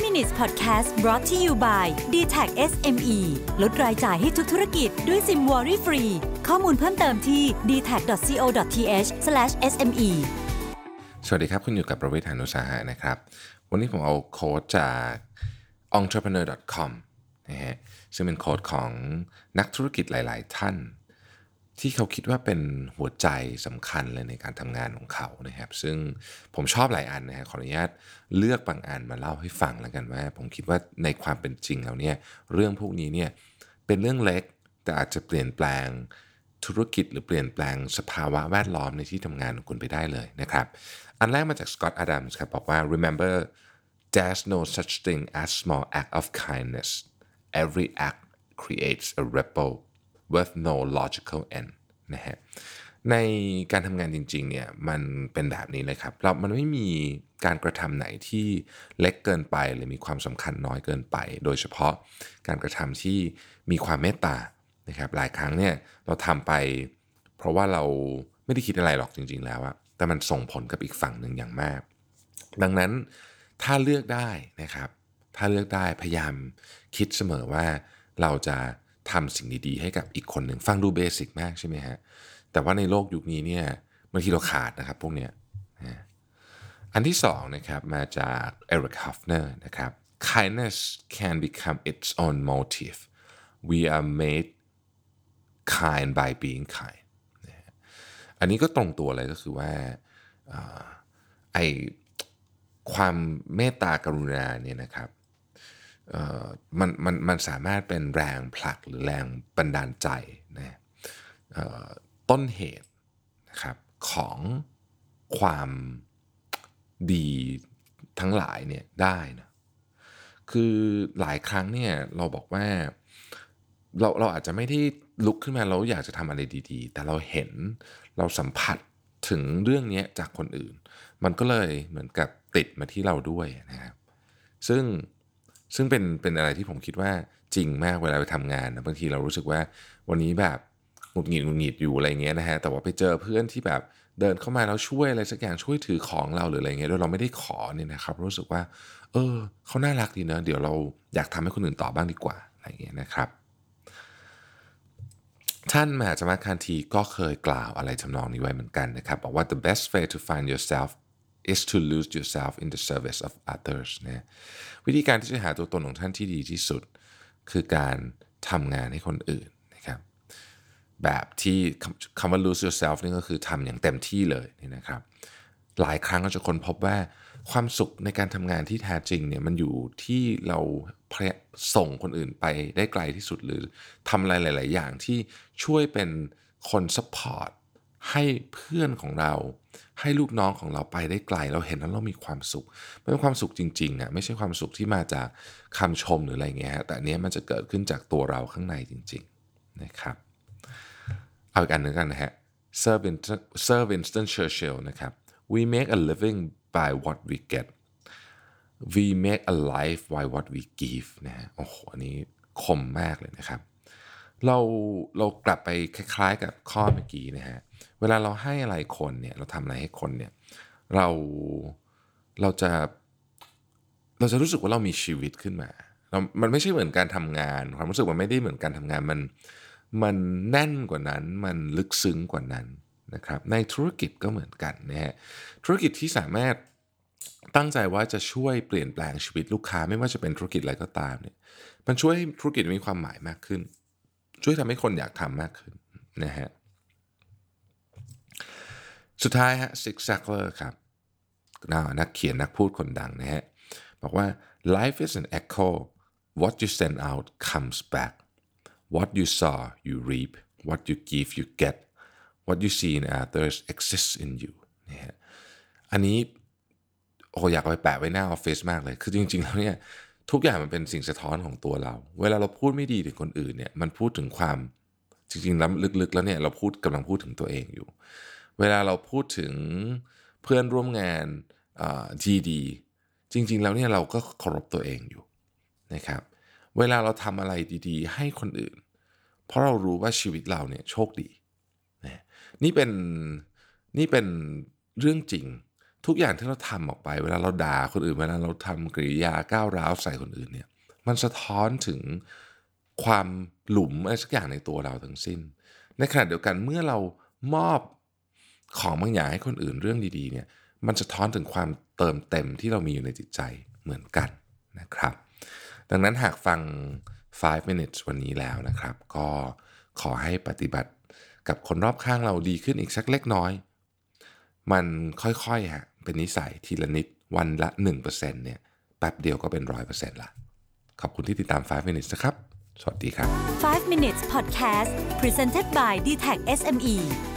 Minutes Podcast brought to you by DTAC SME ลดรายจ่ายให้ทุกธุรกิจด้วยซิมวอรี่ฟรีข้อมูลเพิ่มเติมที่ dtac.co.th/sme สวัสดีครับคุณอยู่กับประวิทย์ หาญอุตสาหะนะครับวันนี้ผมเอาโค้ดจาก entrepreneur.com นะฮะซึ่งเป็นโค้ดของนักธุรกิจหลายๆท่านที่เขาคิดว่าเป็นหัวใจสำคัญเลยในการทำงานของเขานะครับซึ่งผมชอบหลายอันนะฮะขออนุญาตเลือกบางอันมาเล่าให้ฟังแล้วกันว่าผมคิดว่าในความเป็นจริงแล้วเนี่ยเรื่องพวกนี้เนี่ยเป็นเรื่องเล็กแต่อาจจะเปลี่ยนแปลงธุรกิจหรือเปลี่ยนแปลงสภาวะแวดล้อมในที่ทำงานของคุณไปได้เลยนะครับอันแรกมาจากสกอตต์ อดัมส์ครับบอกว่า remember there's no such thing as small act of kindness every act creates a ripple with no logical end นะฮะในการทำงานจริงๆเนี่ยมันเป็นแบบนี้เลยครับมันไม่มีการกระทำไหนที่เล็กเกินไปหรือมีความสำคัญน้อยเกินไปโดยเฉพาะการกระทำที่มีความเมตตานะครับหลายครั้งเนี่ยเราทำไปเพราะว่าเราไม่ได้คิดอะไรหรอกจริงๆแล้วอะแต่มันส่งผลกับอีกฝั่งหนึ่งอย่างมากดังนั้นถ้าเลือกได้นะครับถ้าเลือกได้พยายามคิดเสมอว่าเราจะทำสิ่งดีๆให้กับอีกคนหนึ่งฟังดูเบสิกมากใช่ไหมฮะแต่ว่าในโลกยุคนี้เนี่ยบางทีเราขาดนะครับพวกเนี้ยอันที่สองนะครับมาจาก Eric Hofner นะครับ Kindness can become its own motive we are made kind by being kind อันนี้ก็ตรงตัวเลยก็คือว่าไอความเมตตากรุณาเนี่ยนะครับมันสามารถเป็นแรงผลักหรือแรงบันดาลใจนะต้นเหตุนะครับของความดีทั้งหลายเนี่ยได้นะคือหลายครั้งเนี่ยเราบอกว่าเราอาจจะไม่ได้ลุกขึ้นมาแล้วอยากจะทำอะไรดีๆแต่เราเห็นเราสัมผัสถึงเรื่องนี้จากคนอื่นมันก็เลยเหมือนกับติดมาที่เราด้วยนะครับซึ่งเป็นอะไรที่ผมคิดว่าจริงมากเวลาไปทำงานนะบางทีเรารู้สึกว่าวันนี้แบบหงุดหงิดอยู่อะไรเงี้ยนะฮะแต่ว่าไปเจอเพื่อนที่แบบเดินเข้ามาแล้วช่วยอะไรสักอย่างช่วยถือของเราหรืออะไรเงี้ยโดยเราไม่ได้ขอเนี่ยนะครับรู้สึกว่าเขาน่ารักดีนะเดี๋ยวเราอยากทำให้คนอื่นต่อบ้างดีกว่าอะไรเงี้ยนะครับท่านมหาสมณคานธีก็เคยกล่าวอะไรทำนองนี้ไว้เหมือนกันนะครับบอกว่า the best way to find yourself is to lose yourself in the service of others นะวิธีการที่จะหาตัวตนของท่านที่ดีที่สุดคือการทำงานให้คนอื่นนะครับแบบที่คำว่า lose yourself นี่ก็คือทำอย่างเต็มที่เลยนี่นะครับหลายครั้งเราจะค้นพบว่าความสุขในการทำงานที่แท้จริงเนี่ยมันอยู่ที่เราส่งคนอื่นไปได้ไกลที่สุดหรือทำอะไรหลายๆอย่างที่ช่วยเป็นคนซัพพอร์ตให้เพื่อนของเราให้ลูกน้องของเราไปได้ไกลเราเห็นแล้วเรามีความสุขเป็นความสุขจริงๆอ่ะไม่ใช่ความสุขที่มาจากคำชมหรืออะไรเงี้ยแต่อันนี้มันจะเกิดขึ้นจากตัวเราข้างในจริงๆนะครับเอาอีกอันนึงกันนะฮะ Sir Winston Churchill นะครับ We make a living by what we get we make a life by what we give นะฮะโอ้โหอันนี้คมมากเลยนะครับเรากลับไปคล้ายๆกับข้อเมื่อกี้นะฮะเวลาเราให้อะไรคนเนี่ยเราทำอะไรให้คนเนี่ยเราจะรู้สึกว่าเรามีชีวิตขึ้นมามันไม่ใช่เหมือนการทำงานความรู้สึกมันไม่ได้เหมือนการทำงานมันแน่นกว่านั้นมันลึกซึ้งกว่านั้นนะครับในธุรกิจก็เหมือนกันนะฮะธุรกิจที่สามารถตั้งใจว่าจะช่วยเปลี่ยนแปลงชีวิตลูกค้าไม่ว่าจะเป็นธุรกิจอะไรก็ตามเนี่ยมันช่วยให้ธุรกิจมีความหมายมากขึ้นช่วยทำให้คนอยากทำมากขึ้นนะฮะสุดท้ายฮะซิกแซกเลอร์ครับนักเขียนนักพูดคนดังนะฮะบอกว่า life is an echo what you send out comes back what you sow you reap what you give you get what you see in others exists in you นะฮะอันนี้อยากเอาไปแปะไว้หน้าออฟฟิศมากเลยคือจริงๆแล้วเนี่ยทุกอย่างมันเป็นสิ่งสะท้อนของตัวเราเวลาเราพูดไม่ดีถึงคนอื่นเนี่ยมันพูดถึงความจริงๆแล้วลึกๆแล้วเนี่ยเรากำลังพูดถึงตัวเองอยู่เวลาเราพูดถึงเพื่อนร่วมงานดีจริงๆแล้วเนี่ยเราก็เคารพตัวเองอยู่นะครับเวลาเราทำอะไรดีๆให้คนอื่นเพราะเรารู้ว่าชีวิตเราเนี่ยโชคดีนี่เป็นเรื่องจริงทุกอย่างที่เราทำออกไปเวลาเราด่าคนอื่นเวลาเราทำกริยาก้าวร้าวใส่คนอื่นเนี่ยมันสะท้อนถึงความหลุมอะไรสักอย่างในตัวเราทั้งสิ้นในขณะเดียวกันเมื่อเรามอบของบางอย่างให้คนอื่นเรื่องดีๆเนี่ยมันสะท้อนถึงความเติมเต็มที่เรามีอยู่ในจิตใจเหมือนกันนะครับดังนั้นหากฟัง5 minutes วันนี้แล้วนะครับก็ขอให้ปฏิบัติกับคนรอบข้างเราดีขึ้นอีกสักเล็กน้อยมันค่อยๆเป็นนิสัยทีละนิดวันละ 1% เนี่ยแป๊บเดียวก็เป็น 100% ละขอบคุณที่ติดตาม5 minutes นะครับสวัสดีครับ 5 minutes podcast presented by DTAC SME